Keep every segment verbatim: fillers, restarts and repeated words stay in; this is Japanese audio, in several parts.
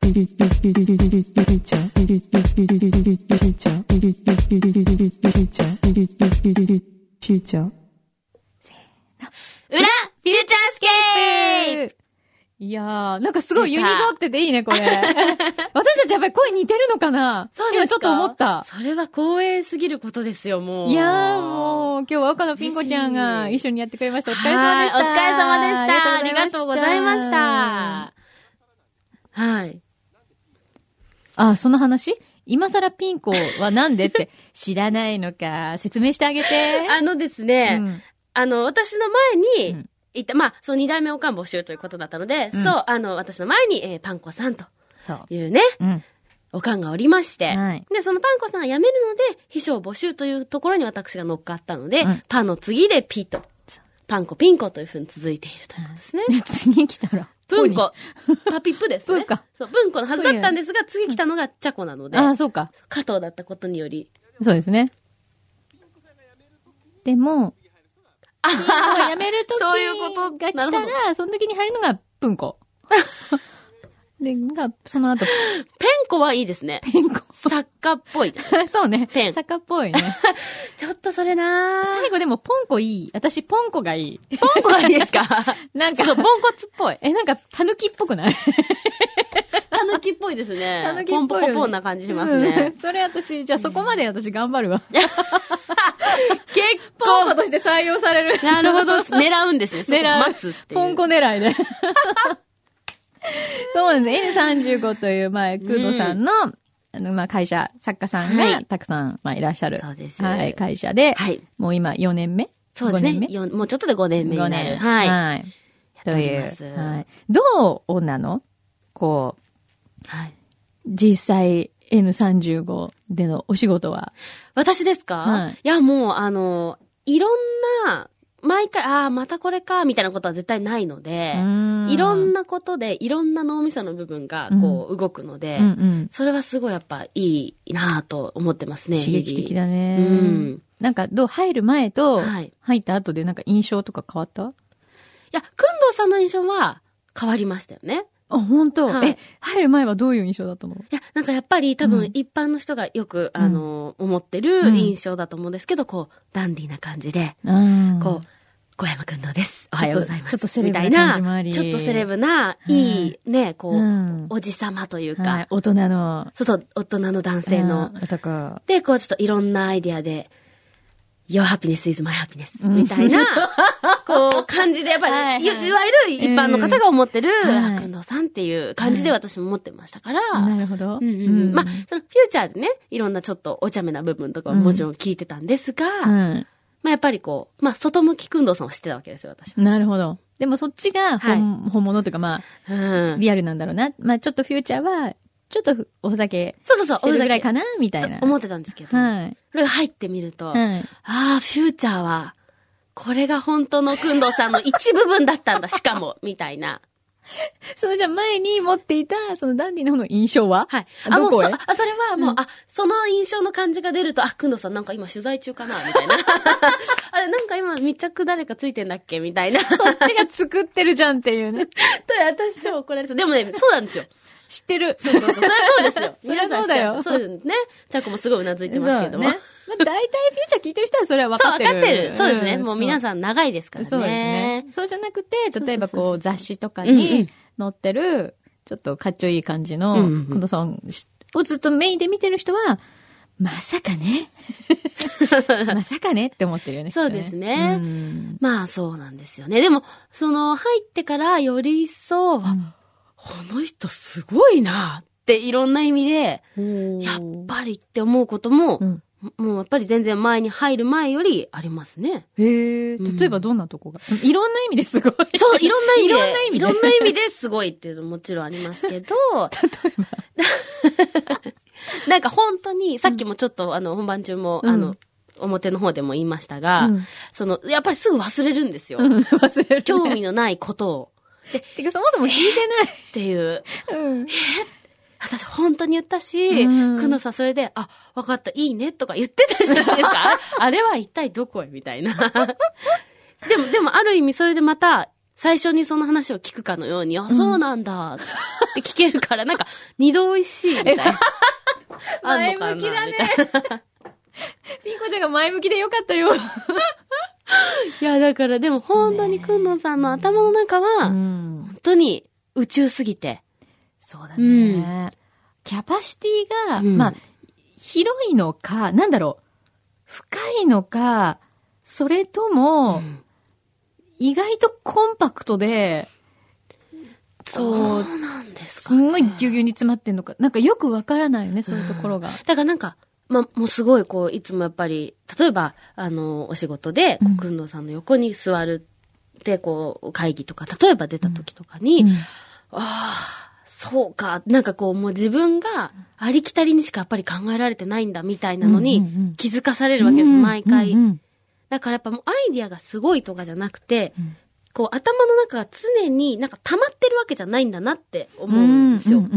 フューチャー、フューチャー、フューチャー、フューチャー、フューチャー、フューチャー、フューチャー。 裏フューチャースケープ。 いやー、なんかすごいユニゾってていいね、これ。私たちやっぱり声似てるのかな？ そうですか？ 今ちょっと思った。 それは光栄すぎることですよ、もう。 いやー、もう、今日は岡野ピン子ちゃんが一緒にやってくれました。お疲れ様でした。 お疲れ様でした。ありがとうございました。はい。 あ、その話？今更ピン子はなんでって知らないのか、説明してあげて。 あのですね、うん、あの、私の前に、うんいた、まあ、そう、二代目おかん募集ということだったので、うん、そう、あの、私の前に、えー、パンコさんというね、う、うん、おかんがおりまして、はい、で、そのパンコさんが辞めるので、秘書募集というところに私が乗っかったので、うん、パンの次でピと、パンコピンコというふうに続いているということですね。 次来たら、 プンコ。パピップですね。 プンか。 そう、プンコのはずだったんですが、次来たのがチャコなので、 ああ、そうか。 加藤だったことにより。 そうですね。でも、ああ、辞めるときそういうことが来たら、その時に入るのがプンコ。で、が、その後。 ペンコはいいですね。 ペンコ。 作家っぽい。 そうね。 ペン。 作家っぽいね。 ちょっとそれなー。 最後でもポンコいい。私ポンコがいい。 ポンコがいいですか？ なんか、 そう、ポンコツっぽい。 え、なんか、タヌキっぽくないタヌキっぽいですね。 タヌキっぽい、ね。 ポンポコポンな感じしますね。 うん、それ私、じゃあそこまで私頑張るわ。 結構。 ポンコとして採用される。 なるほど。狙うんですね。 狙う。 待つっていう。 ポンコ狙いで。そうなんです。エヌさんじゅうご という、まあ、クードさんの、うん、あの、まあ、会社、作家さんがたくさん、まあ、いらっしゃる。 そうです。 はい、会社で。 はい。 もう今よねんめ？ そうですね。もうちょっとでごねんめになる。 ごねん。 はい。 はい。 という。 はい。どうなの？こう。はい。実際、エヌさんじゅうご でのお仕事は。 私ですか？はい。いや、もう、あの、いろんな、毎回、ああ、またこれか、みたいなことは絶対ないので、いろんなことで、いろんな脳みその部分が、こう、動くので、うんうんうん、それはすごいやっぱいいなぁと思ってますね。 刺激的だね。うん。なんか、どう、入る前と、入った後でなんか印象とか変わった？いや、くんどうさんの印象は変わりましたよね。 あ、本当、はい、え、入る前はどういう印象だったの？いや、なんかやっぱり多分一般の人がよく、うん、あの、思ってる印象だと思うんですけど、こう、ダンディーな感じで、うん、こう、小山くんどうです。おはようございます。 ちょっとセレブな感じもあり。 ちょっとセレブな、いい、ね、こう、うん、おじさまというか、はい、 大人の。 そうそう、大人の男性の。 男。 で、こうちょっといろんなアイディアで、Your happiness is my happiness、うん、みたいな、こう、感じで、やっぱり、はいはい、いわゆる一般の方が思ってる、はい、くんどうさんっていう感じで私も思ってましたから。 はい、なるほど。 うんうんうん、まあ、そのフューチャーでね、いろんなちょっとお茶目な部分とかももちろん聞いてたんですが、うんうんまあやっぱりこう、まあ外向きくんどうさんを知ってたわけですよ、私は。 なるほど。でもそっちが本、はい、本物というかまあ、うん、リアルなんだろうな。まあちょっとフューチャーは、ちょっとお酒、 そうそうそう、 してるぐらいかなみたいな。 思ってたんですけど、はい。それが入ってみると、はい、ああ、フューチャーは、これが本当のくんどうさんの一部分だったんだ、しかも、みたいな。 そのじゃあ前に持っていた、そのダンディの方の印象ははい。あ、もうそ、あ、それはもう、うん、あ、その印象の感じが出ると、あ、くんどうさんなんか今取材中かなみたいな。あれ、なんか今密着誰かついてんだっけみたいな。 そっちが作ってるじゃんっていうね。 と、私超怒られそう。でもね、そうなんですよ。 知ってる。 そうそうそう。それはそうですよ。 皆さんそうだよ。 そうですね。チャコもすごいうなずいてますけども。 ね。まあ、大体フューチャー聞いてる人はそれは分かってる。 そう、分かってる。そうですね。うん、もう皆さん長いですからね。 そうですね。そうじゃなくて、例えばこう雑誌とかに載ってる、ちょっとかっちょいい感じの、くんどうさんをずっとメインで見てる人は、まさかね。まさかねって思ってるよね。 そうですね。うん、まあそうなんですよね。でも、その入ってからより一層、うん、この人すごいなっていろんな意味で、やっぱりって思うことも、うん、もうやっぱり全然前に入る前よりありますね。 へえ、うん、例えばどんなとこがそのいろんな意味ですごい。 そう、いろんな意味で。 いろんな意味で。 いろんな意味ですごいっていうのももちろんありますけど。 例えば。 なんか本当に、さっきもちょっと、うん、あの、本番中も、うん、あの、表の方でも言いましたが、うん、その、やっぱりすぐ忘れるんですよ。 うん、忘れる、ね。 興味のないことを。 で、てかそもそも聞いてない。 っていう。 うん、 え私本当に言ったし、くんどうさんそれで、あ、わかった、いいねとか言ってたじゃないですか。あれは一体どこへみたいな。でも、でもある意味それでまた、 最初にその話を聞くかのように、あ、そうなんだって聞けるから、なんか、二度美味しいみたいな。 前向きだね。ピンコちゃんが前向きでよかったよ。 いや、だからでも本当にくんのさんの頭の中は、本当に宇宙すぎて。 そうだね。うん、キャパシティが、うん、まあ、広いのか、なんだろう、深いのか、それとも、うん、意外とコンパクトで、 そうなんですか、ね。すんごいギュギュに詰まってんのか。なんかよくわからないよね、そういうところが。うん、 だからなんか、まあ、もうすごいこう、いつもやっぱり、例えば、あの、お仕事で、こう、くんどうさんの横に座るって、こう、会議とか、例えば出た時とかに、うんうん、ああ、そうか、なんかこう、もう自分がありきたりにしかやっぱり考えられてないんだ、みたいなのに気づかされるわけです、毎回。だからやっぱもうアイディアがすごいとかじゃなくて、うんこう頭の中が常になんか溜まってるわけじゃないんだなって思うんですよ。うんうんうん、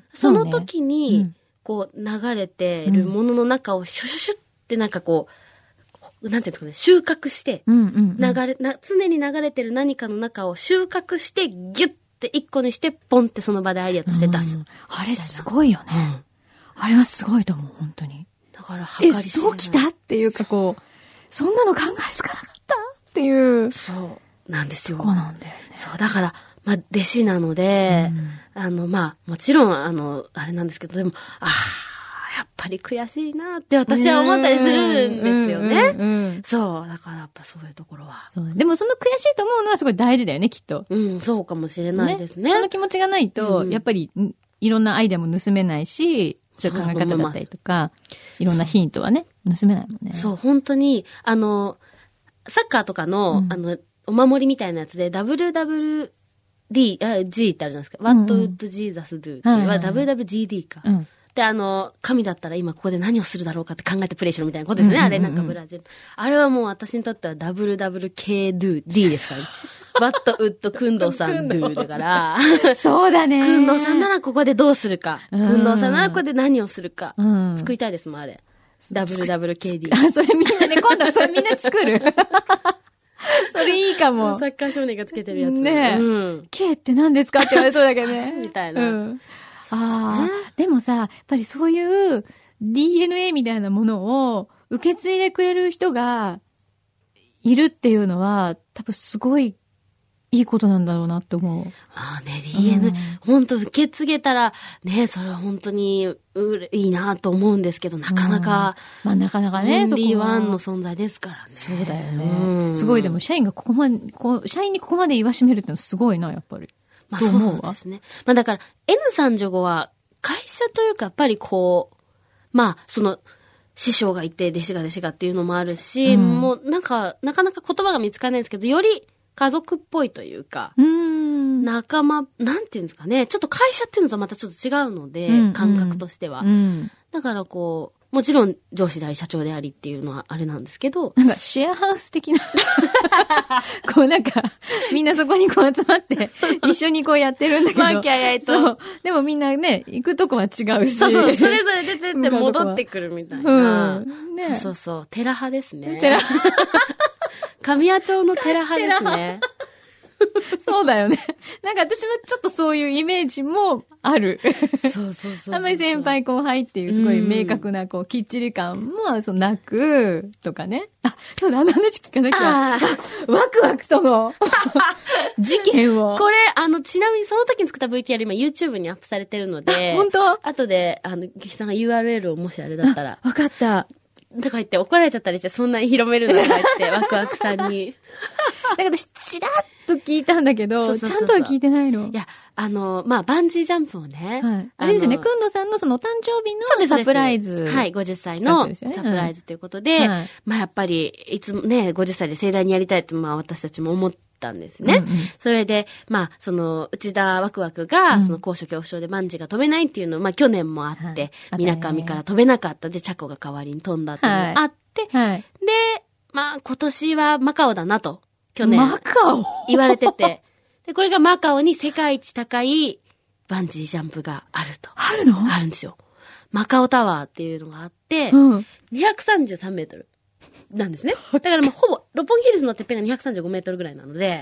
その時に、こう流れてるものの中をシュシュシュってなんかこう、なんていうんですかね、収穫して、流れ、な、常に流れてる何かの中を収穫して、ギュッて一個にして、ポンってその場でアイデアとして出す。 あれすごいよね、うん。あれはすごいと思う、本当に。 だから、計り知れない。 え、そうきたっていうかこう、そんなの考えつかなかったっていう。 そう。なんですよ。 そうなんだよね。 そう、だから、まあ、弟子なので、うん、あの、まあ、もちろん、あの、あれなんですけど、でも、ああ、やっぱり悔しいなって私は思ったりするんですよね。うんうんうん、そう、だからやっぱそういうところは。 そう。でもその悔しいと思うのはすごい大事だよね、きっと。 うん、そうかもしれないですね。ねその気持ちがないと、うん、やっぱり、いろんなアイデアも盗めないし、そういう考え方だったりとか、いろんなヒントはね、盗めないもんね。 そう、本当に、あの、サッカーとかの、うん、あの、お守りみたいなやつで ダブリューダブリューディー、あ、G ってあるじゃないですか。うんうん、What would Jesus do? っていう、はいはいはい、ダブリューダブリュージーディー か、うん。で、あの、神だったら今ここで何をするだろうかって考えてプレイしろみたいなことですね。うんうんうん、あれなんかブラジル。あれはもう私にとっては ダブリューダブリューケードゥディー ですからね。What would くんどうさん do だから。 そうだね。 くんどうさんならここでどうするか。くんどうさんならここで何をするか。うん、作りたいですもん、あれ。ダブリューダブリューケーディー。 あ、それみんなね、今度はそれみんな作る。それいいかも。 サッカー少年がつけてるやつ。 ねえ。うん、K って何ですかって言われそうだけどね。 みたいな。うん、 ああ、でもさ、やっぱりそういう ディーエヌエー みたいなものを受け継いでくれる人がいるっていうのは、多分すごいいいことなんだろうなって思う。 ああね、ディーエヌエー、うん、本当受け継げたら、ね、それは本当にういいなと思うんですけど、なかなか、 うん、まあなかなかね、 オンリーワンの存在ですからね。 そうだよね。うん、すごい、でも社員がここまで、こう、社員にここまで言わしめるってのはすごいな、やっぱり。 まあそうですね。まあだから、エヌさんじゅうご は会社というか、やっぱりこう、まあ、その、師匠がいて、弟子が弟子がっていうのもあるし、うん、もうなんか、なかなか言葉が見つからないんですけど、より、家族っぽいというか、うーん仲間、なんていうんですかね、ちょっと会社っていうのとまたちょっと違うので、うんうん、感覚としては、うん。だからこう、もちろん上司であり社長でありっていうのはあれなんですけど、 なんかシェアハウス的な、こうなんか、みんなそこにこう集まって、一緒にこうやってるんだけど、 まあ、キャやいと。 そう。でもみんなね、行くとこは違うし。 そうそう、それぞれ出てって戻ってくるみたいな。うん、ね、そうそうそう、寺派ですね。寺派。神谷町の寺派ですね。 そうだよね。なんか私はちょっとそういうイメージもある。 そうそうそうそう。 あんまり先輩後輩っていうすごい明確なこうきっちり感もそうなくとかね。あ、そうだ、あの話聞かなきゃ。ワクワクとの事件を。 これ、あの、ちなみにその時に作った ブイティーアール 今 YouTube にアップされてるので。 本当？ 後で、あの、劇さんが ユーアールエル をもしあれだったら。 わかった。 とか言って怒られちゃったりして、そんなに広めるのとか言って、ワクワクさんに。 だから私、チラッと聞いたんだけど、そうそうそうそう、ちゃんとは聞いてないの。 いや、あの、まあ、バンジージャンプをね。 はい、あれですよね、くんどさんのそのお誕生日のサプライズ。 はい、ごじゅっさいのサプライズということで、はい、まあ、やっぱり、いつもね、ごじゅっさいで盛大にやりたいって、まあ、私たちも思って、たんですね、うんうん。それで、まあ、その、内田ワクワクが、うん、その高所恐怖症でバンジーが飛べないっていうのを、まあ、去年もあって、みなかみから飛べなかったで、チャコが代わりに飛んだっていうのがあって、はいはい、で、まあ、今年はマカオだなと、去年。 マカオ言われてて。で、これがマカオに世界一高いバンジージャンプがあると。 あるの？ あるんですよ。マカオタワーっていうのがあって、うん、にひゃくさんじゅうさんメートル。なんですね。だからもうほぼ、六本木ヒルズのてっぺんがにひゃくさんじゅうごメートルぐらいなので。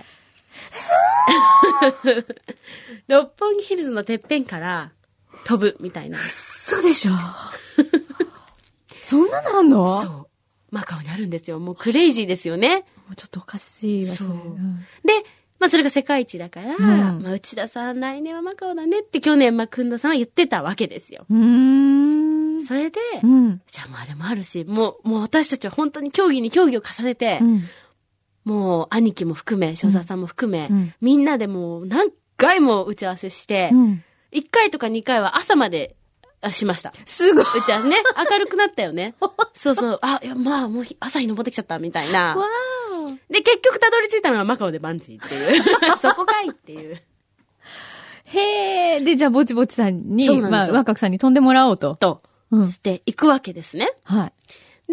六本木ヒルズのてっぺんから飛ぶみたいな。 そうでしょ。そんなのあんの？ そう。マカオにあるんですよ。もうクレイジーですよね。 もうちょっとおかしいわ、 そう。 それ。うん、 で、まあそれが世界一だから、うん、まあ内田さん来年はマカオだねって去年、まあくんどさんは言ってたわけですよ。 うーん。 それで、 うん、 じゃあもうあれもあるし、もう、もう私たちは本当に競技に競技を重ねて、うん、もう兄貴も含め、塩沢さんも含め、うん、みんなでもう何回も打ち合わせして、うん、いっかいとかにかいは朝までしました。 すごい。 打ち合わせね。明るくなったよね。そうそう。あ、いや、まあ、もう朝日登ってきちゃったみたいな。 わー。 で、結局たどり着いたのはマカオでバンジーっていう。そこかいっていう。 へー。で、じゃあ、ぼちぼちさんに、まあ、若くさんに飛んでもらおうと。 と、うん、して行くわけですね。 はい。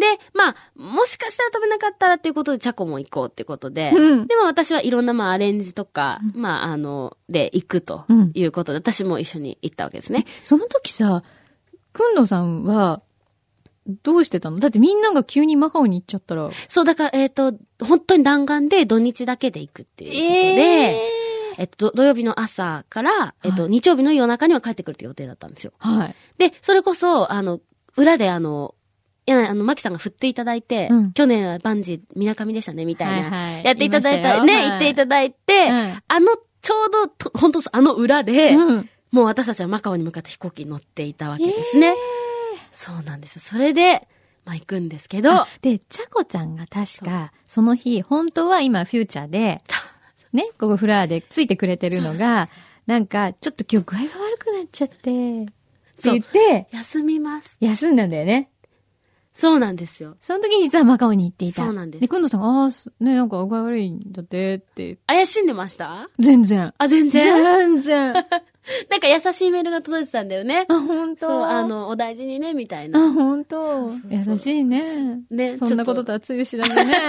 で、まあ、もしかしたら飛べなかったらっていうことで、チャコも行こうってことで、うん、でも私はいろんなまあアレンジとか、うん、まあ、あの、で行くということで、うん、私も一緒に行ったわけですね。 その時さ、くんのさんは、どうしてたの？だってみんなが急にマカオに行っちゃったら。 そう、だから、えっと、本当に弾丸で土日だけで行くっていうことで、えー、えっと、土曜日の朝から、えっと、はい、日曜日の夜中には帰ってくるって予定だったんですよ。 はい。 で、それこそ、あの、裏であの、いや、あの、マキさんが振っていただいて、うん、去年はバンジー、みなかみでしたね、みたいな。はいはい、やっていただいた、ね、はい、言っていただいて、うん、あの、ちょうど、本当あの裏で、うん、もう私たちはマカオに向かって飛行機に乗っていたわけですね。えー、そうなんですよ。それで、まあ、行くんですけど。 で、チャコちゃんが確か、その日、本当は今、フューチャーで、ね、ここフラワーでついてくれてるのが、なんか、ちょっと今日具合が悪くなっちゃって、って言って、 休みます。 休んだんだよね。 そうなんですよ。 その時に実はマカオに行っていた。 そうなんです。 で、くんどさんが、ああ、ね、なんか具合悪いんだってって。 怪しんでました？ 全然。 あ、全然全然。 なんか優しいメールが届いてたんだよね。 あ、ほんと？ そう、あの、お大事にね、みたいな。 あ、ほんと？優しいね。ね。そんなこととはつゆ知らずね。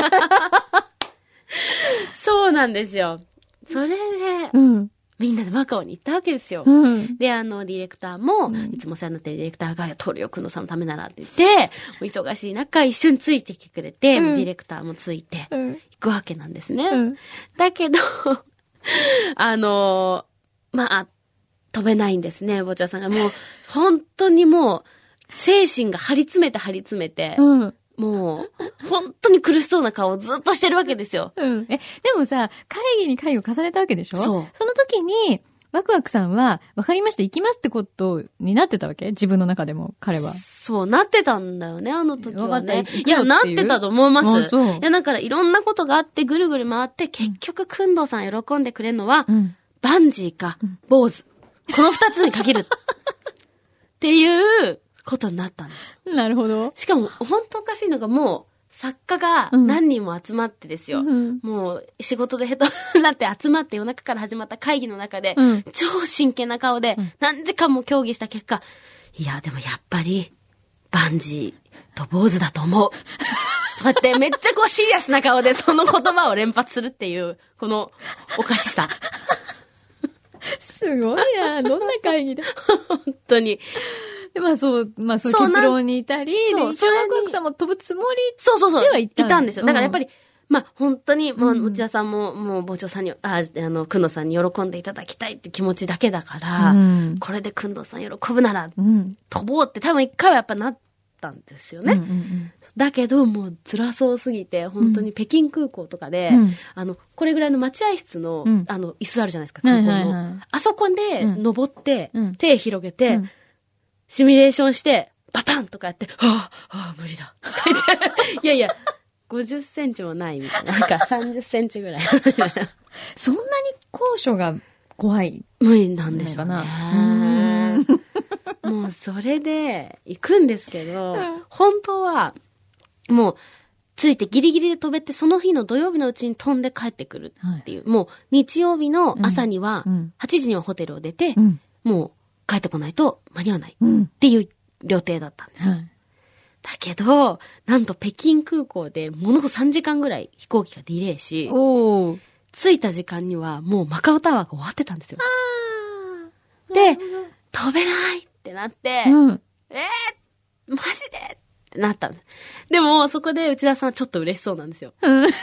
そうなんですよ。それで、うん。みんなでマカオに行ったわけですよ。うん、で、あの、ディレクターも、うん、いつもお世話になってるディレクターが、撮るよ、くんのさんのためならって言って、もう忙しい中、一緒についてきてくれて、うん、ディレクターもついて、行くわけなんですね。うん、だけど、あの、まあ、飛べないんですね、ぼちゃさんが。もう、本当にもう、精神が張り詰めて張り詰めて、うんもう、本当に苦しそうな顔をずっとしてるわけですよ。 うん。え、でもさ、会議に会議を重ねたわけでしょ？ そう。 その時に、ワクワクさんは、わかりました、行きますってことになってたわけ？自分の中でも、彼は。 そう、なってたんだよね、あの時はね。いや、なってたと思います。そう。いや、だからいろんなことがあって、ぐるぐる回って、結局、くんどうさん喜んでくれるのは、うん、バンジーか、坊主。この二つに限る。っていう、ことになったんですよ。 なるほど。 しかも、本当おかしいのがもう、作家が何人も集まってですよ。うん、もう、仕事でヘトになって集まって夜中から始まった会議の中で、うん、超真剣な顔で何時間も協議した結果、いや、でもやっぱり、バンジーと坊主だと思う。とかってめっちゃこうシリアスな顔でその言葉を連発するっていう、このおかしさ。 すごいな。どんな会議だ。 本当に。 まあそう、まあそう結論にいたり、で、一応ワクワクさんも飛ぶつもりそうそうそう。 ではいた。 いたんですよ。だからやっぱり、うん、まあ本当に、もう内田さんも、もう坊長さんに、あ、あの、くんどさんに喜んでいただきたいって気持ちだけだから、うん、これでくんどさん喜ぶなら、うん、飛ぼうって多分一回はやっぱなったんですよね。うんうんうん、だけどもう辛そうすぎて、本当に北京空港とかで、うん、あの、これぐらいの待合室の、うん、あの、椅子あるじゃないですか、空港の。はいはいはい、あそこで登って、うん、手広げて、うんシミュレーションして、バタンとかやって、はぁ、はぁ、無理だ。いやいや、ごじゅっセンチもないみたいな。なんかさんじゅっセンチぐらい。 そんなに高所が怖い無理なんでしょうね。うもうそれで行くんですけど、うん、本当は、もう、ついてギリギリで飛べて、その日の土曜日のうちに飛んで帰ってくるっていう。はい、もう日曜日の朝には、はちじにはホテルを出て、うん、もう、帰ってこないと間に合わないっていう予定だったんですよ。うん、だけど、なんと北京空港でものすごくさんじかんぐらい飛行機がディレイし、お着いた時間にはもうマカオタワーが終わってたんですよ。あで、飛べないってなって、うん、えー、マジでってなったんです。でも、そこで内田さんはちょっと嬉しそうなんですよ。うん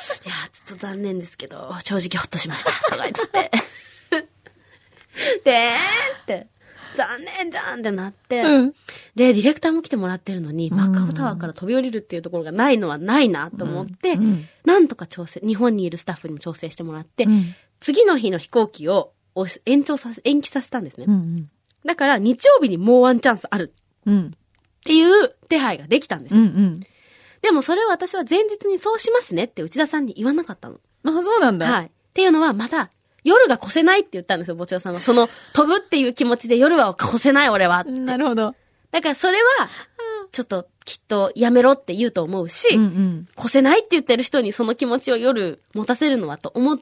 ちょっと残念ですけど、正直ほっとしました。とか言って。でーって、残念じゃんってなって、うん、で、ディレクターも来てもらってるのに、マカオタワーから飛び降りるっていうところがないのはないなと思って、うんうん、なんとか調整、日本にいるスタッフにも調整してもらって、うん、次の日の飛行機を延長させ、延期させたんですね。うんうん、だから日曜日にもうワンチャンスある。うんっていう手配ができたんですよ。うんうん、でもそれを私は前日にそうしますねって内田さんに言わなかったの。 あ、そうなんだ。 はい。っていうのはまた夜が越せないって言ったんですよ、ぼちおさんは。その飛ぶっていう気持ちで夜は越せない俺はって。 なるほど。 だからそれはちょっときっとやめろって言うと思うし、うんうん、越せないって言ってる人にその気持ちを夜持たせるのはと思って、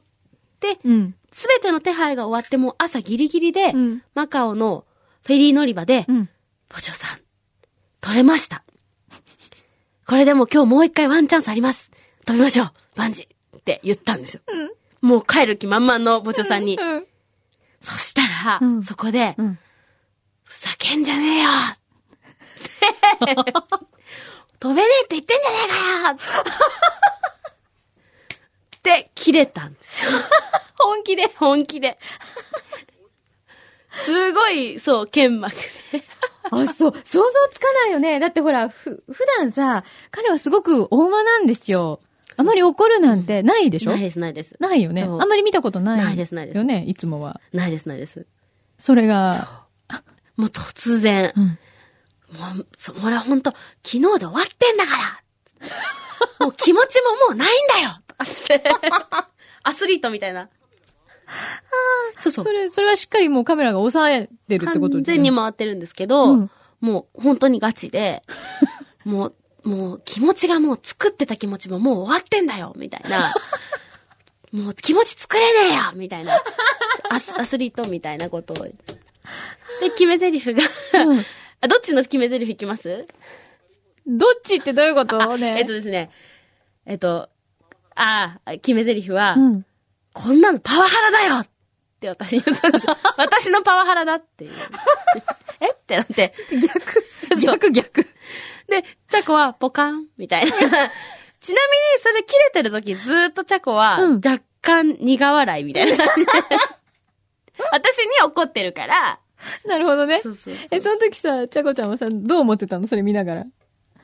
すべ、うん、ての手配が終わっても朝ギリギリで、うん、マカオのフェリー乗り場で、うん、ぼちおさん取れました。これでも今日もう一回ワンチャンスあります。飛びましょう。バンジーって言ったんですよ。うん、もう帰る気満々のぼちおさんに。うんうん、そしたら、うん、そこで、うん、ふざけんじゃねえよ飛べねえって言ってんじゃねえかよって切れたんですよ。 本気で本気で。すごい、そう、剣幕で。 あ、そう。想像つかないよね。だってほら、ふ、普段さ、彼はすごく大間なんですよ。あまり怒るなんてないでしょ？ ないです、ないです。 ないよね。あんまり見たことない。 ないです、ないです。 よね、いつもは。 ないです、ないです。 それが。 もう突然。うん、もう、そ、俺はほんと、昨日で終わってんだからもう気持ちももうないんだよとかって。アスリートみたいな。 そうそう。それ、それはしっかりもうカメラが抑えてるってこと完全に回ってるんですけど、うん、もう本当にガチで、もう、もう気持ちがもう作ってた気持ちももう終わってんだよみたいな。もう気持ち作れねえよみたいな。アス、アスリートみたいなことを。で、決め台詞が、うん、あ、どっちの決め台詞いきます？ どっちってどういうことね。 えっとですね。えっと、ああ、決め台詞は、うん、こんなのパワハラだよって私に言ったんですよ。私のパワハラだっていう。えってなって。 逆。逆逆。 で、チャコはポカンみたいな。ちなみにそれ切れてる時ずーっとチャコは若干苦笑いみたいな感じで。私に怒ってるから。 なるほどね。 そうそうそう。 え、その時さ、チャコちゃんはさ、どう思ってたの？それ見ながら。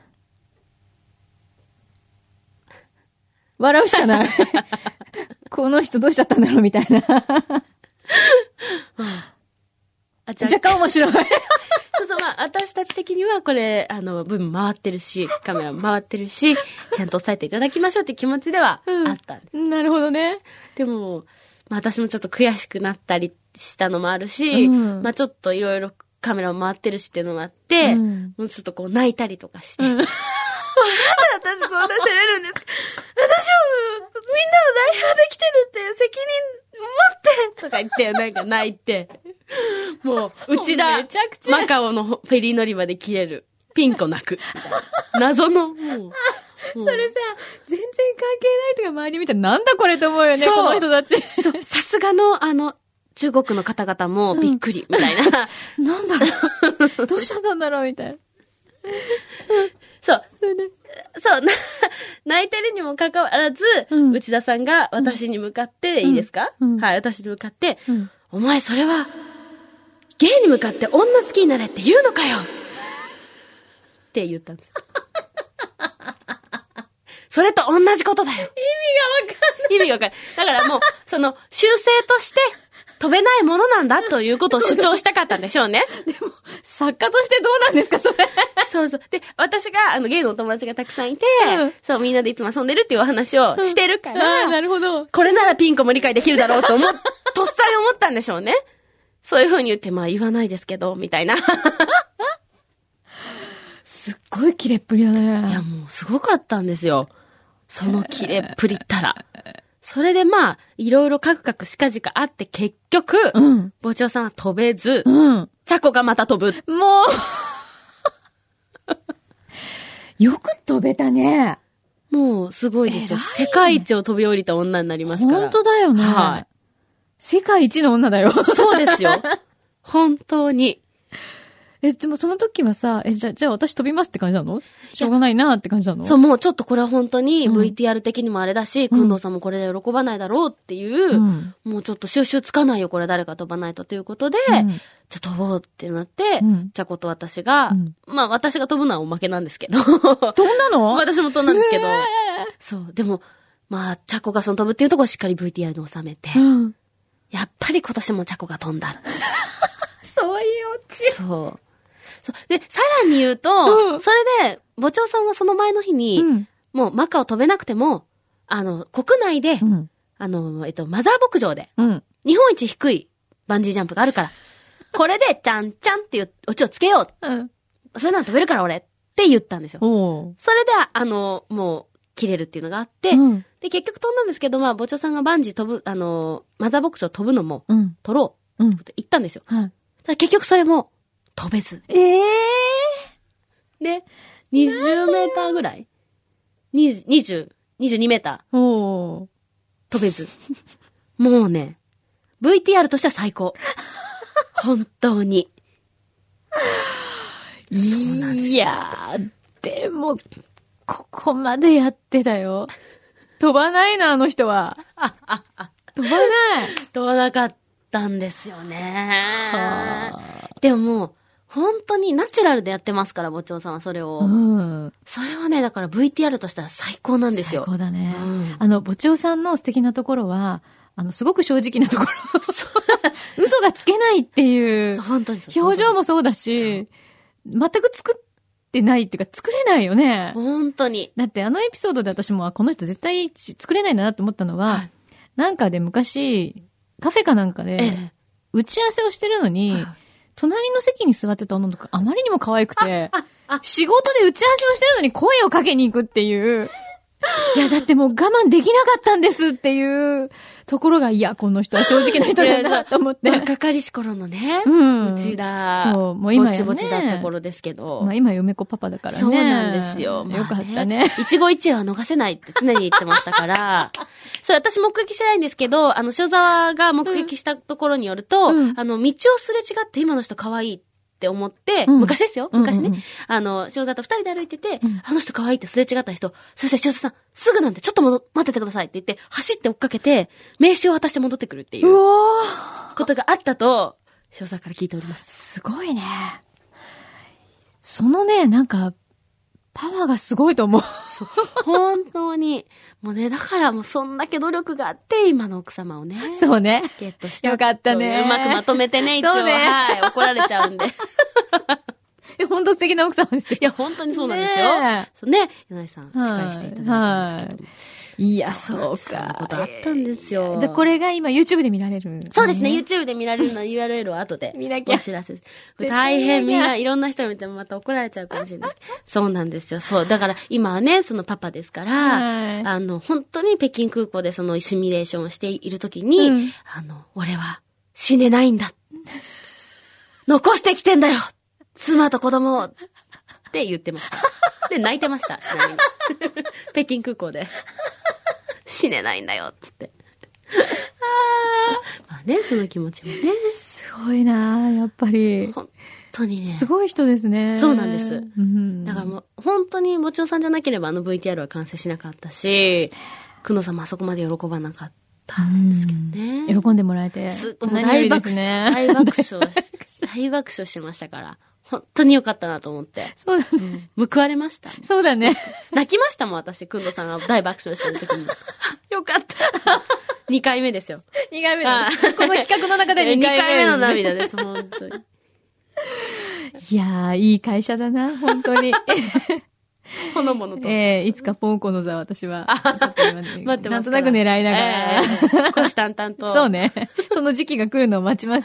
笑うしかない。この人どうしちゃったんだろうみたいな。うん、あ若干面白い。 そうそう、まあ、私たち的にはこれ、あの、分回ってるし、カメラも回ってるし、ちゃんと押さえていただきましょうっていう気持ちではあったんです。 うん、なるほどね。 でも、まあ、私もちょっと悔しくなったりしたのもあるし、うん、まあ、ちょっといろいろカメラも回ってるしっていうのもあって、うん、もうちょっとこう泣いたりとかして、うん、なんで私そんな責めるんですか？私もみんなの代表できてるっていう責任持ってとか言って、なんか泣いて。もう、内田、マカオのフェリー乗り場で切れる。ピンコ泣く。謎の、もう。 それさ、全然関係ないとか周り見たらなんだこれと思うよね、この人たち。 そう、さすがの、あの、中国の方々もびっくり、みたいな。 うん、なんだろうどうしちゃったんだろうみたいな。 そう。それでそう、泣いてるにもかかわらず、うん、内田さんが私に向かって、うん、いいですか、うん、はい、私に向かって、うん、お前それは、ゲイに向かって女好きになれって言うのかよって言ったんです。それと同じことだよ。意味がわかんない。 意味がわかんない。だからもう、その、修正として、飛べないものなんだということを主張したかったんでしょうね。 でも、作家としてどうなんですか、それ。 そうそう。で、私が、あの、ゲイのお友達がたくさんいて、うん、そう、みんなでいつも遊んでるっていうお話をしてるから、 うん、なるほど。 これならピンコも理解できるだろうと思っ、とっさに思ったんでしょうね。そういう風に言って、まあ言わないですけど、みたいな。 すっごいキレっぷりだね。 いや、もうすごかったんですよ。そのキレっぷりったら。それでまあ、いろいろカクカクしかじかあって結局、うん、ぼちおさんは飛べず、うん、チャコがまた飛ぶ。 もうよく飛べたね。 もうすごいですよ。世界一を飛び降りた女になりますから。 本当だよね。はい。世界一の女だよ。 そうですよ。本当に。 え、でもその時はさ、え、じゃ、じゃあ私飛びますって感じなの？しょうがないなって感じなの？ そう、もうちょっとこれは本当に ブイティーアール 的にもあれだし、くんどうさんもこれで喜ばないだろうっていう、うん、もうちょっと収集つかないよ、これ誰か飛ばないとということで、うん、じゃあ飛ぼうってなって、うん、ちゃこと私が、うん、まあ私が飛ぶのはおまけなんですけど。飛んだの？ 私も飛んだんですけど。えー、そう、でも、まあ、ちゃこがその飛ぶっていうところをしっかり ブイティーアール に収めて、うん、やっぱり今年もちゃこが飛んだ。 そういうオチ。 そう。そうで、さらに言うと、うん、それで、母鳥さんはその前の日に、うん、もうマカオ飛べなくても、あの、国内で、うん、あの、えっと、マザー牧場で、うん、日本一低いバンジージャンプがあるから、これで、ちゃんちゃんっていうオチをつけよう。うん、それなら飛べるから俺って言ったんですよ。それで、あの、もう、切れるっていうのがあって、うん、で、結局飛んだんですけど、まあ、母鳥さんがバンジー飛ぶ、あの、マザー牧場飛ぶのも、うん、取ろう。うん。って言ったんですよ。はい。ただ結局それも、飛べず。 ええー、で、にじゅうメーターぐらい ?にじゅう、にじゅう、にじゅうにメーター。おー。飛べず。もうね、ブイティーアール としては最高。本当に。 そうなんです。いやー、でも、ここまでやってたよ。飛ばないな、あの人は。飛ばない。 飛ばなかったんですよね。でももう、本当にナチュラルでやってますから、母鳥さんはそれを。うん。それはね、だから ブイティーアール としたら最高なんですよ。 最高だね。うん、あの、母鳥さんの素敵なところは、あの、すごく正直なところ。嘘がつけないっていう。そう、本当にそう。表情もそうだし、全く作ってないっていうか、作れないよね。 本当に。 だってあのエピソードで私も、この人絶対作れないんだなって思ったのは、はい、なんかで昔、カフェかなんかで、打ち合わせをしてるのに、ええ、隣の席に座ってた女の子があまりにも可愛くて、仕事で打ち合わせをしてるのに声をかけに行くっていう。いや、だってもう我慢できなかったんですっていうところが、いや、この人は正直な人だなと思って。 若かりし頃のね。うん。うちだ。そう、もう今やね。ぼちぼちだった頃ですけど。 まあ今嫁子パパだからね。 そうなんですよ。 まあね、よかったね。 一期一会は逃せないって常に言ってましたから。そう、私目撃してないんですけど、あの、塩沢が目撃したところによると、うん、あの、道をすれ違って今の人可愛いって思って、うん、昔ですよ昔ね、うんうんうん。あの、塩沢と二人で歩いてて、うん、あの人可愛いってすれ違った人、そして塩沢さん、すぐなんでちょっと戻待っててくださいって言って、走って追っかけて、名刺を渡して戻ってくるっていう、ことがあったと、塩沢から聞いております。 すごいね。そのね、なんか、パワーがすごいと思う。 そう。本当に。もうね、だからもうそんだけ努力があって、今の奥様をね。 そうね。 ゲットした。 よかったね。 うまくまとめてね、一応。そうね。はい。怒られちゃうんで。 いや、本当素敵な奥様ですよ。 いや、本当にそうなんですよ。ねそうね。柳井さん、司会していただいたんですけど。 いや、そうか。 そんなことあったんですよ。 で、これが今 YouTube で見られる、ね。 そうですね。YouTube で見られるの ユーアールエル を後で。 見なきゃ。 お知らせです。大変みんな、いろんな人が見てもまた怒られちゃうかもしれないです。そうなんですよ。そう。だから今はね、そのパパですから、はい、あの、本当に北京空港でそのシミュレーションをしているときに、うん、あの、俺は死ねないんだ。残してきてんだよ妻と子供をって言ってました。で、泣いてました。ちなみに。北京空港で。死ねないんだよ、つって。あまあね、その気持ちもね。 すごいなやっぱり。 本当にね。 すごい人ですね。 そうなんです。うん、だからもう、本当にもちろさんじゃなければあの ブイティーアール は完成しなかったし、久野さんもあそこまで喜ばなかったんですけどね。 喜んでもらえて。 すごい大爆笑、大爆笑、大爆笑してましたから。本当に良かったなと思って。 そうだね。 うん、報われました。 そうだね。 泣きましたもん、私、くんどさんが大爆笑してる時に。よかった。にかいめですよ。 にかいめだ。この企画の中でにかいめ、 にかいめの涙です、本当に。 いやー、いい会社だな、本当に。 ほのぼのと。 ええー、いつかポンコの座、私は。ちょっと今ね、 待ってます。 なんとなく狙いながら。 えー、虎視眈々と。 そうね。その時期が来るのを待ちます。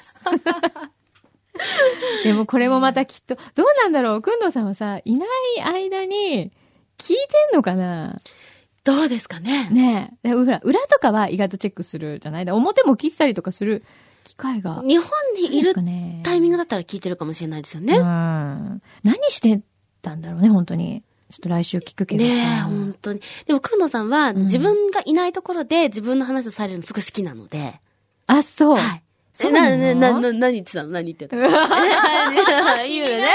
でもこれもまたきっと、どうなんだろう、くんどうさんはさ、いない間に聞いてんのかな？ どうですかね。 ねえ。裏、裏とかは意外とチェックするじゃない？表も聞いてたりとかする機会が。 日本にいるタイミングだったら聞いてるかもしれないですよね。うん。 何してたんだろうね、本当に。ちょっと来週聞くけどさ。 ねえ、本当に。でも、くんどうさんは、自分がいないところで自分の話をされるのすごい好きなので。 あ、そう。 はい。そうなの？な、な、な、何言ってたの？何言ってたの？言うよね。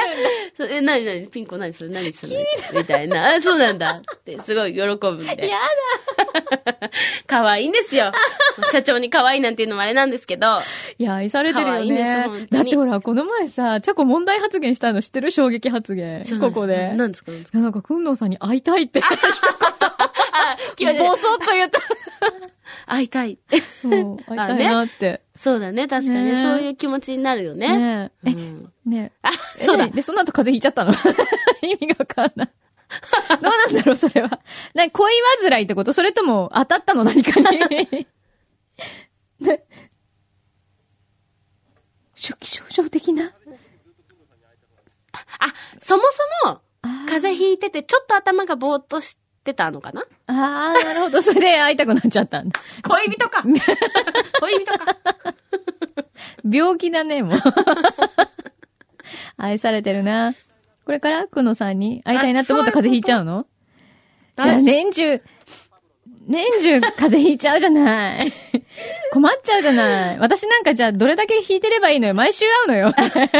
え、なになにピンコ何それ何それみたいな。あ、そうなんだってすごい喜ぶんで。 やだ。 可愛いんですよ。社長に可愛いなんていうのもあれなんですけど。 いや、愛されてるよ可愛いんですね。 本当にだってほら、この前さ、チャコ問題発言したの知ってる？衝撃発言。ここで。 何ですか何ですか？ いや、なんか、くんどうさんに会いたいって。 あ、 ボソッと言った。 会いたい。 そう、会いたいなって。 そうだね、確かにね。そういう気持ちになるよね。 ねえ。 うん、 ねあ、そうだ。 で、その後風邪ひいちゃったの。意味がわかんない。どうなんだろう、それは。な、恋煩いってこと？それとも当たったの何かに。ね。初期症状的な？ あ、そもそも、風邪ひいてて、ちょっと頭がぼーっとしてたのかな？ ああ、なるほど。それで会いたくなっちゃったんだ。 恋人か恋人か病気だね、もう。愛されてるな。これからくのさんに会いたいなって思ったら風邪ひいちゃうの？じゃあ年中、年中風邪ひいちゃうじゃない。困っちゃうじゃない。私なんかじゃあどれだけひいてればいいのよ。毎週会うのよ。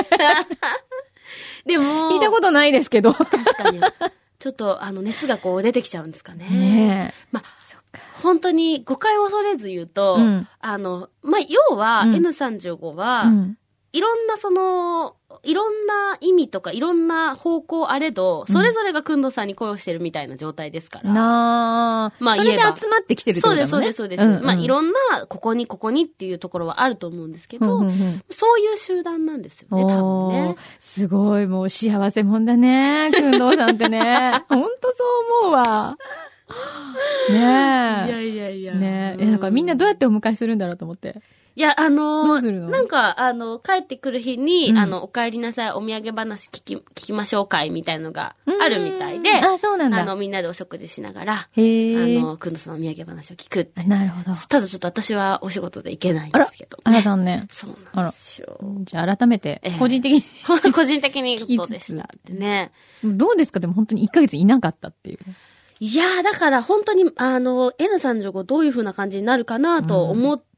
でも、 聞いたことないですけど。 確かに。ちょっと、あの、熱がこう出てきちゃうんですかね。 ねえ。 まあ、そっか。本当に誤解を恐れず言うと、うん、あの、まあ、要は、うん、エヌさんじゅうご は、うん、いろんなその、いろんな意味とか、いろんな方向あれど、それぞれがくんどさんに恋をしてるみたいな状態ですから。 なあ。まあ、それで集まってきてるってことだもんね。 そうです、そうです、そうです。うんうん、まあ、いろんな、ここに、ここにっていうところはあると思うんですけど、うんうんうん、そういう集団なんですよね、多分ね。 すごい、もう幸せもんだね、くんどうさんってね。ほんとそう思うわ。ねえ。いやいやいや。 ねえ。だからみんなどうやってお迎えするんだろうと思って。 いや、あのー、 どうするの？ なんか、あの、帰ってくる日に、うん、あの、お帰りなさい、お土産話聞き、聞きましょう会みたいのがあるみたいで、 あ、そうなんだ。 あの、みんなでお食事しながら、 へー。 あの、くんどさんのお土産話を聞くって。 なるほど。 ただちょっと私はお仕事で行けないんですけど、ね。 あら、あらさんね。 そうなんですよ。 じゃあ改めて、個人的に、 えー、個人的にそうでしたってね。 どうですか？でも本当にいっかげついなかったっていう。 いやー、だから本当に、あの、エヌさんじゅうご どういう風な感じになるかなと思って、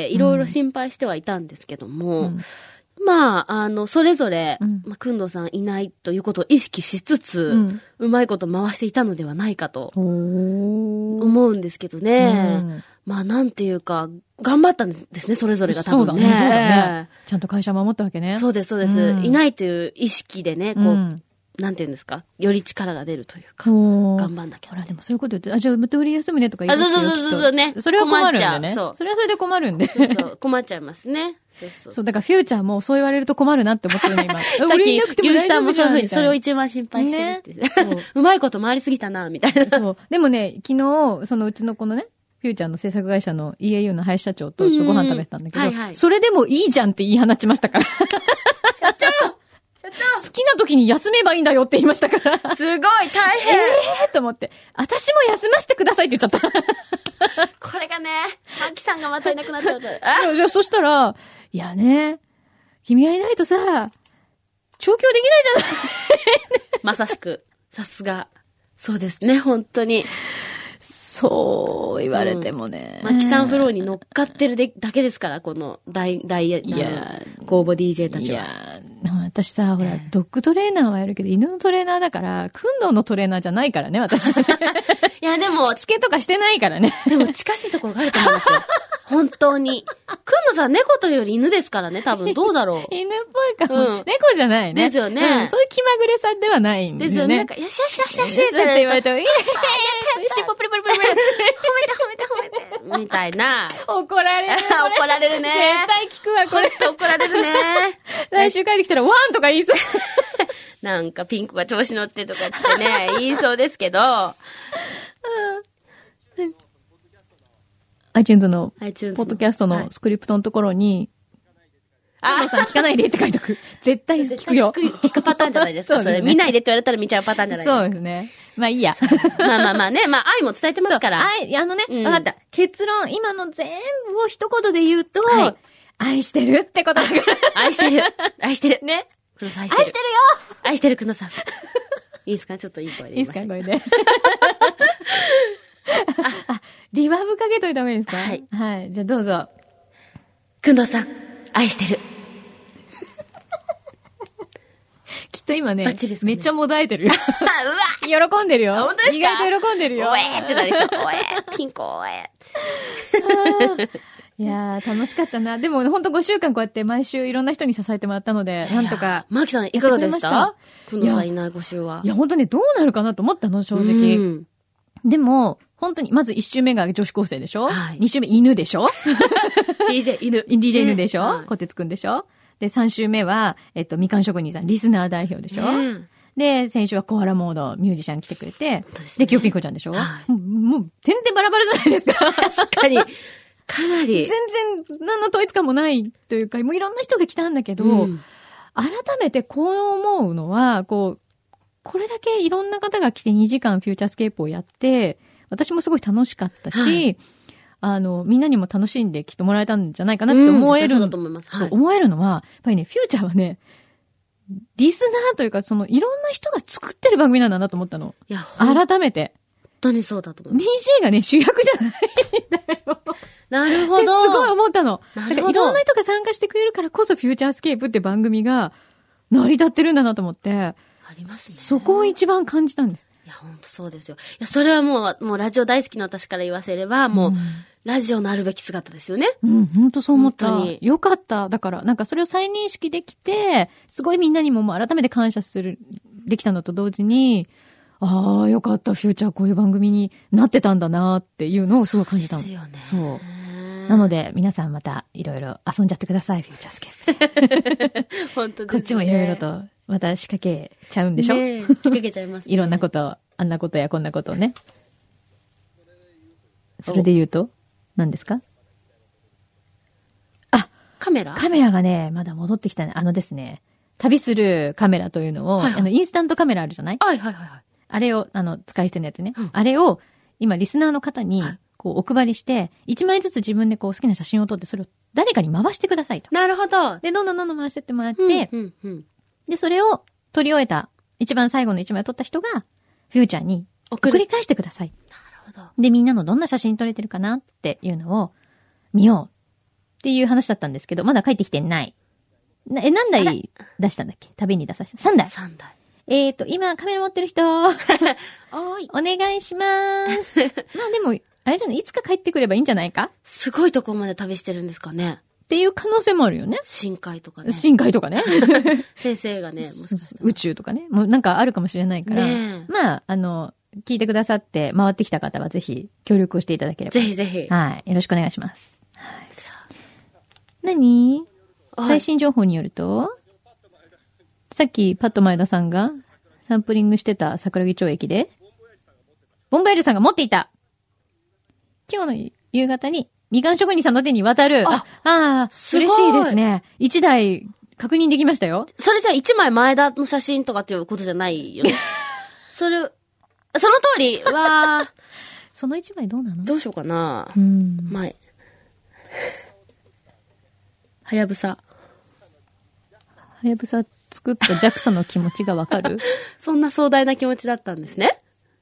いろいろ心配してはいたんですけども、うん、まあ、あの、それぞれ、うん、まあ、くんどさんいないということを意識しつつ、うん、うまいこと回していたのではないかと、思うんですけどね。うん、まあ、なんていうか、頑張ったんですね、それぞれが多分ね。 そうだね、そうだね。ちゃんと会社守ったわけね。 そうです、そうです。うん、いないという意識でね、こう、うんなんていうんですかより力が出るというか、頑張んなきゃ。 ほら、でもそういうこと言って、あ、じゃあ、また売り休むねとか言って。 あ、そうそうそうそうね。 それは困るんでね。そう。それはそれで困るんで。 そうそう、困っちゃいますね。そうそう。 そう、だからフューチャーもそう言われると困るなって思ってるね、今。さっき、牛さんもそういうふうに、それを一番心配してるって。ね、そう。うまいこと回りすぎたな、みたいな。 そう。でもね、昨日、そのうちのこのね、フューチャーの制作会社の イーエーユー の林社長とちょっとご飯食べてたんだけど、はいはい、それでもいいじゃんって言い放ちましたから。 社長社長好きな時に休めばいいんだよって言いましたから。 すごい大変ええーと思って。私も休ませてくださいって言っちゃった。 これがね、マキさんがまたいなくなっちゃうと。 あいや、そしたら、いやね、君がいないとさ、調教できないじゃないまさしく。さすが。そうですね、本当に。 そう言われてもね。 うん、マキさんフローに乗っかってるでだけですから、この大、大、いや、公募 ディージェー たちは。いや、私さ、ほら、ドッグトレーナーはやるけど、犬のトレーナーだから、訓導のトレーナーじゃないからね、私。いや、でも、 しつけとかしてないからね。 でも、近しいところがあると思いますよ。本当に。くんのさん、猫というより犬ですからね、多分、どうだろう。 犬っぽいかも、うん。猫じゃないね。 ですよね、 うん。そういう気まぐれさではないんですよね。 ですよね。なんか、よしよしよしよしって言われて、イエーイ尻尾プリプリプリプリ褒めて褒めて褒めてみたいな。 怒られる。 怒られるね。 絶対聞くわ、これ。 怒られるね。 来週帰ってきたら、ワンとか言いそう。 なんか、ピンクが調子乗ってとか言ってね、言いそうですけど。 iTunes の、ポッドキャストのスクリプトのところに、あ、お父さん聞かないでって書いとく。絶対聞くよ。 聞く、聞くパターンじゃないですか。それ、見ないでって言われたら見ちゃうパターンじゃないですか。 そうですね。まあいいや。 まあまあまあね。まあ愛も伝えてますから。 愛、あのね、わかった。結論、今の全部を一言で言うと、愛してるってことだから。 愛してる。愛してる。 ね。 愛してる。 愛してるよ愛してるくのさん。いいですかちょっといい声で言いました。 いいですかこれで。あ、リバーブかけといた方がいいですかはい。はい。じゃあどうぞ。 くんどうさん、愛してる。 きっと今ね、 バッチリですかねめっちゃもだえてるよ。 う喜んでるよ。 本当ですか意外と喜んでるよ。 わおえーってなりそう。おえー、ピンコおえーって。 いやー、楽しかったな。でも、ほんとごしゅうかんこうやって毎週いろんな人に支えてもらったので、なんとか。 マキさん、いかがでしたくのさんいないご週は。 いや、ほんとね、どうなるかなと思ったの、正直。うん、でも、本当に、まずいち週目が女子高生でしょ、はい、に週目犬でしょディージェー 犬。 ディージェー 犬でしょ、はい、こてつくんでしょで、さん週目は、えっと、みかん職人さん、リスナー代表でしょ、ね、で、先週はコアラモード、ミュージシャン来てくれて、で、ね、で、きよぴんこちゃんでしょ、はい、もう、もう、全然バラバラじゃないですか。 確かに。かなり。 全然、何の統一感もないというか、もういろんな人が来たんだけど、うん、改めてこう思うのは、こう、これだけいろんな方が来てにじかんフューチャースケープをやって、私もすごい楽しかったし、はい、あの、みんなにも楽しんで来てもらえたんじゃないかなって思える、うん、そうだと思います。そう、思えるのは、やっぱりね、フューチャーはね、リスナーというか、その、いろんな人が作ってる番組なんだなと思ったの。いや、改めて。 本当にそうだと思います。 ディージェー がね、主役じゃないんだよ。 なるほど。 すごい思ったの。なるほど。いろんな人が参加してくれるからこそ、フューチャースケープって番組が成り立ってるんだなと思って。ありますね。 そこを一番感じたんです。 いや、ほんとそうですよ。いや、それはもう、もうラジオ大好きな私から言わせれば、もう、うん、ラジオのあるべき姿ですよね。 うん、ほんとそう思った。よかった。だから、なんかそれを再認識できて、すごいみんなにももう改めて感謝する、できたのと同時に、ああ、よかった。フューチャーこういう番組になってたんだなっていうのをすごい感じたの。 そうですよね。 そう。なので、皆さんまたいろいろ遊んじゃってください、フューチャースケープ。 本当ですね。 こっちもいろいろと、また仕掛けちゃうんでしょ、 ね、仕掛けちゃいますね。 いろんなこと、あんなことやこんなことをね。それで言うと、何ですか？あ、 カメラ？ カメラがね、まだ戻ってきたね。あのですね、旅するカメラというのを、はいはい、あの、インスタントカメラあるじゃない？ はいはいはいはい。 あれを、あの、使い捨てのやつね。うん、あれを、今、リスナーの方に、こう、お配りして、一枚ずつ自分でこう、好きな写真を撮って、それを誰かに回してくださいと。 なるほど。 で、どんどんどんどん回してってもらって、うんうんうん、で、それを撮り終えた、一番最後の一枚を撮った人が、フューチャーに送り返してください。 なるほど。 で、みんなのどんな写真撮れてるかなっていうのを見ようっていう話だったんですけど、まだ帰ってきてない。なえ、何台出したんだっけ？旅に出させた。さんだい。 さんだい。 えーと、今カメラ持ってる人、おーい。 お願いしまーす。まあでも、あれじゃない、いつか帰ってくればいいんじゃないか？ すごいとこまで旅してるんですかね。 っていう可能性もあるよね。 深海とかね。 深海とかね。 先生がね、もしかしたら宇宙とかね。もうなんかあるかもしれないから。 ね、 まあ、あの、聞いてくださって回ってきた方はぜひ協力をしていただければ。 ぜひぜひ。 はい。よろしくお願いします。はい、何？最新情報によると、さっきパッと前田さんがサンプリングしてた桜木町駅で、ボンバイルさんが持っていた今日の夕方にみかん職人さんの手に渡る。あ、ああ、嬉しいですね。一台確認できましたよ。 それじゃあ一枚前田の写真とかっていうことじゃないよね。それ、その通り、わー。 その一枚どうなの？ どうしようかな。 うん。 前。はやぶさ。 はやぶさ作った ジャクソ の気持ちがわかる？ そんな壮大な気持ちだったんですね。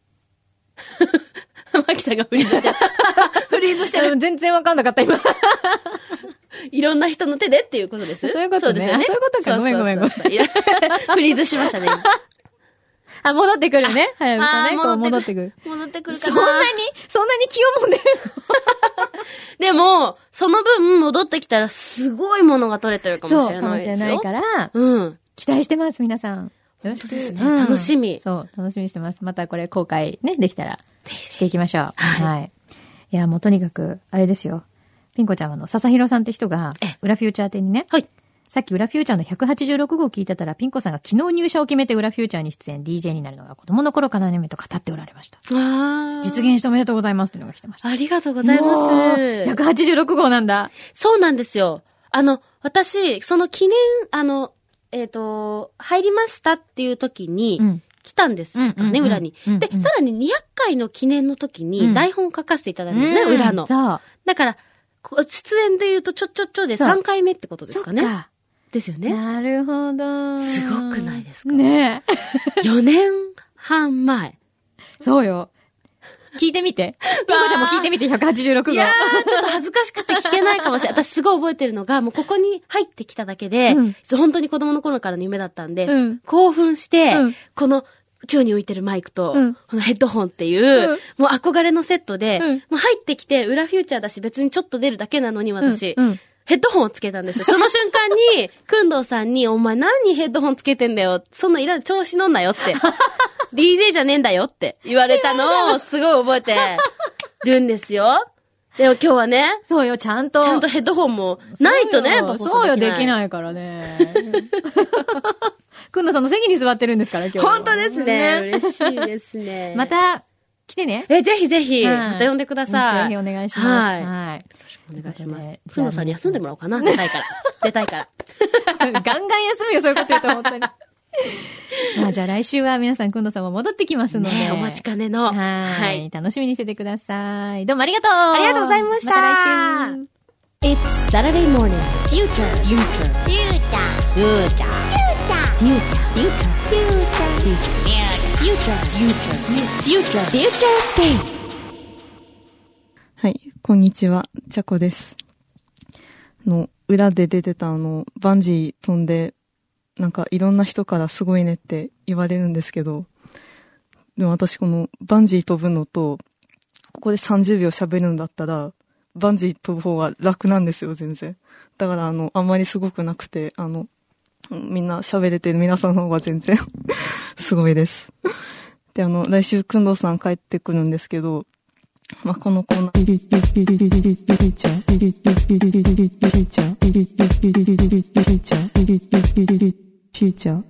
マキさんがフリーズしてる。フリーズしてる。 全然わかんなかった今。 いろんな人の手でっていうことです。 そういうことね。そうですよね。そういうことか。ごめんごめんごめん。フリーズしましたね。 あ、戻ってくるね。はやぶさね。こう戻ってくる。 戻ってくるかな。 そんなに、そんなに気をもんでるの？でも、その分戻ってきたらすごいものが取れてるかもしれないですよ。 そうかもしれないから、 うん。 期待してます、皆さん。よろしくですね、うん。楽しみ。 そう、楽しみにしてます。またこれ公開ね、できたらしていきましょう。 はい。 はい。いや、もうとにかく、あれですよ。ピンコちゃんはあの、笹弘さんって人が、裏フューチャー宛にね。 はい。 さっき裏フューチャーのひゃくはちじゅうろくごう聞いてたら、ピンコさんが昨日入社を決めて裏フューチャーに出演、ディージェー になるのが子供の頃からの夢と語っておられました。 ああ。 実現しておめでとうございますというのが来てました。 ありがとうございます。 ひゃくはちじゅうろくごうなんだ。 そうなんですよ。あの、私、その記念、あの、えっと、入りましたっていう時に、うん来たんですかね、うんうんうん、裏に。で、うんうん、さらににひゃっかいの記念の時に台本を書かせていただいたんですね、うん、裏の。 そう。 だから、出演で言うとちょちょちょでさんかいめってことですかね。 そっか。 ですよね。 なるほど。 すごくないですか？ ねえ。 よねんはんまえ。 そうよ。 聞いてみて。ピンコちゃんも聞いてみて、ひゃくはちじゅうろくご。 いやー、ちょっと恥ずかしくて聞けないかもしれない。私すごい覚えてるのが、もうここに入ってきただけで、うん、本当に子供の頃からの夢だったんで、うん、興奮して、うん、この宙に浮いてるマイクと、うん、このヘッドホンっていう、うん、もう憧れのセットで、うん、もう入ってきて、裏フューチャーだし、別にちょっと出るだけなのに私、うんうんヘッドホンをつけたんですよ。その瞬間に、くんどうさんに、お前何ヘッドホンつけてんだよ。そんないらん、調子乗んなよって。ディージェー じゃねえんだよって言われたのをすごい覚えてるんですよ。でも今日はね。 そうよ、ちゃんと。 ちゃんとヘッドホンもないとね。 そうよ、そうよできないからね。くんどうさんの席に座ってるんですから、今日。 本当ですね。嬉しいですね。 また、来てね。 え、ぜひぜひ、また呼んでください。 ぜひお願いします。 はい。お願いします。くんどうさんに休んでもらおうかな。出たいから。出たいから。 ガンガン休むよ、そういうこと言うと本当に。まあじゃあ来週は皆さんくんどうさんも戻ってきますので。 ね、お待ちかねの。 はい。楽しみにしててください。どうもありがとう。 ありがとうございました。 また来週。It's Saturday morning. Future. Future. Future. Future. Future. Future. Future. Future. Future. Future. Futurescape. はい、こんにちは、ちゃこです。の、裏で出てたあの、バンジー飛んで、なんかいろんな人からすごいねって言われるんですけど、でも私このバンジー飛ぶのと、ここでさんじゅうびょう喋るんだったら、バンジー飛ぶ方が楽なんですよ、全然。だからあの、あんまりすごくなくて、あの、みんな喋れてる皆さんの方が全然、すごいです。で、あの、来週くんどうさん帰ってくるんですけど、まあ、このコーナー。フューチャー、フューチャー、フューチャー、フューチャー、フューチャー、フューチャー、フューチャー、フューチャー、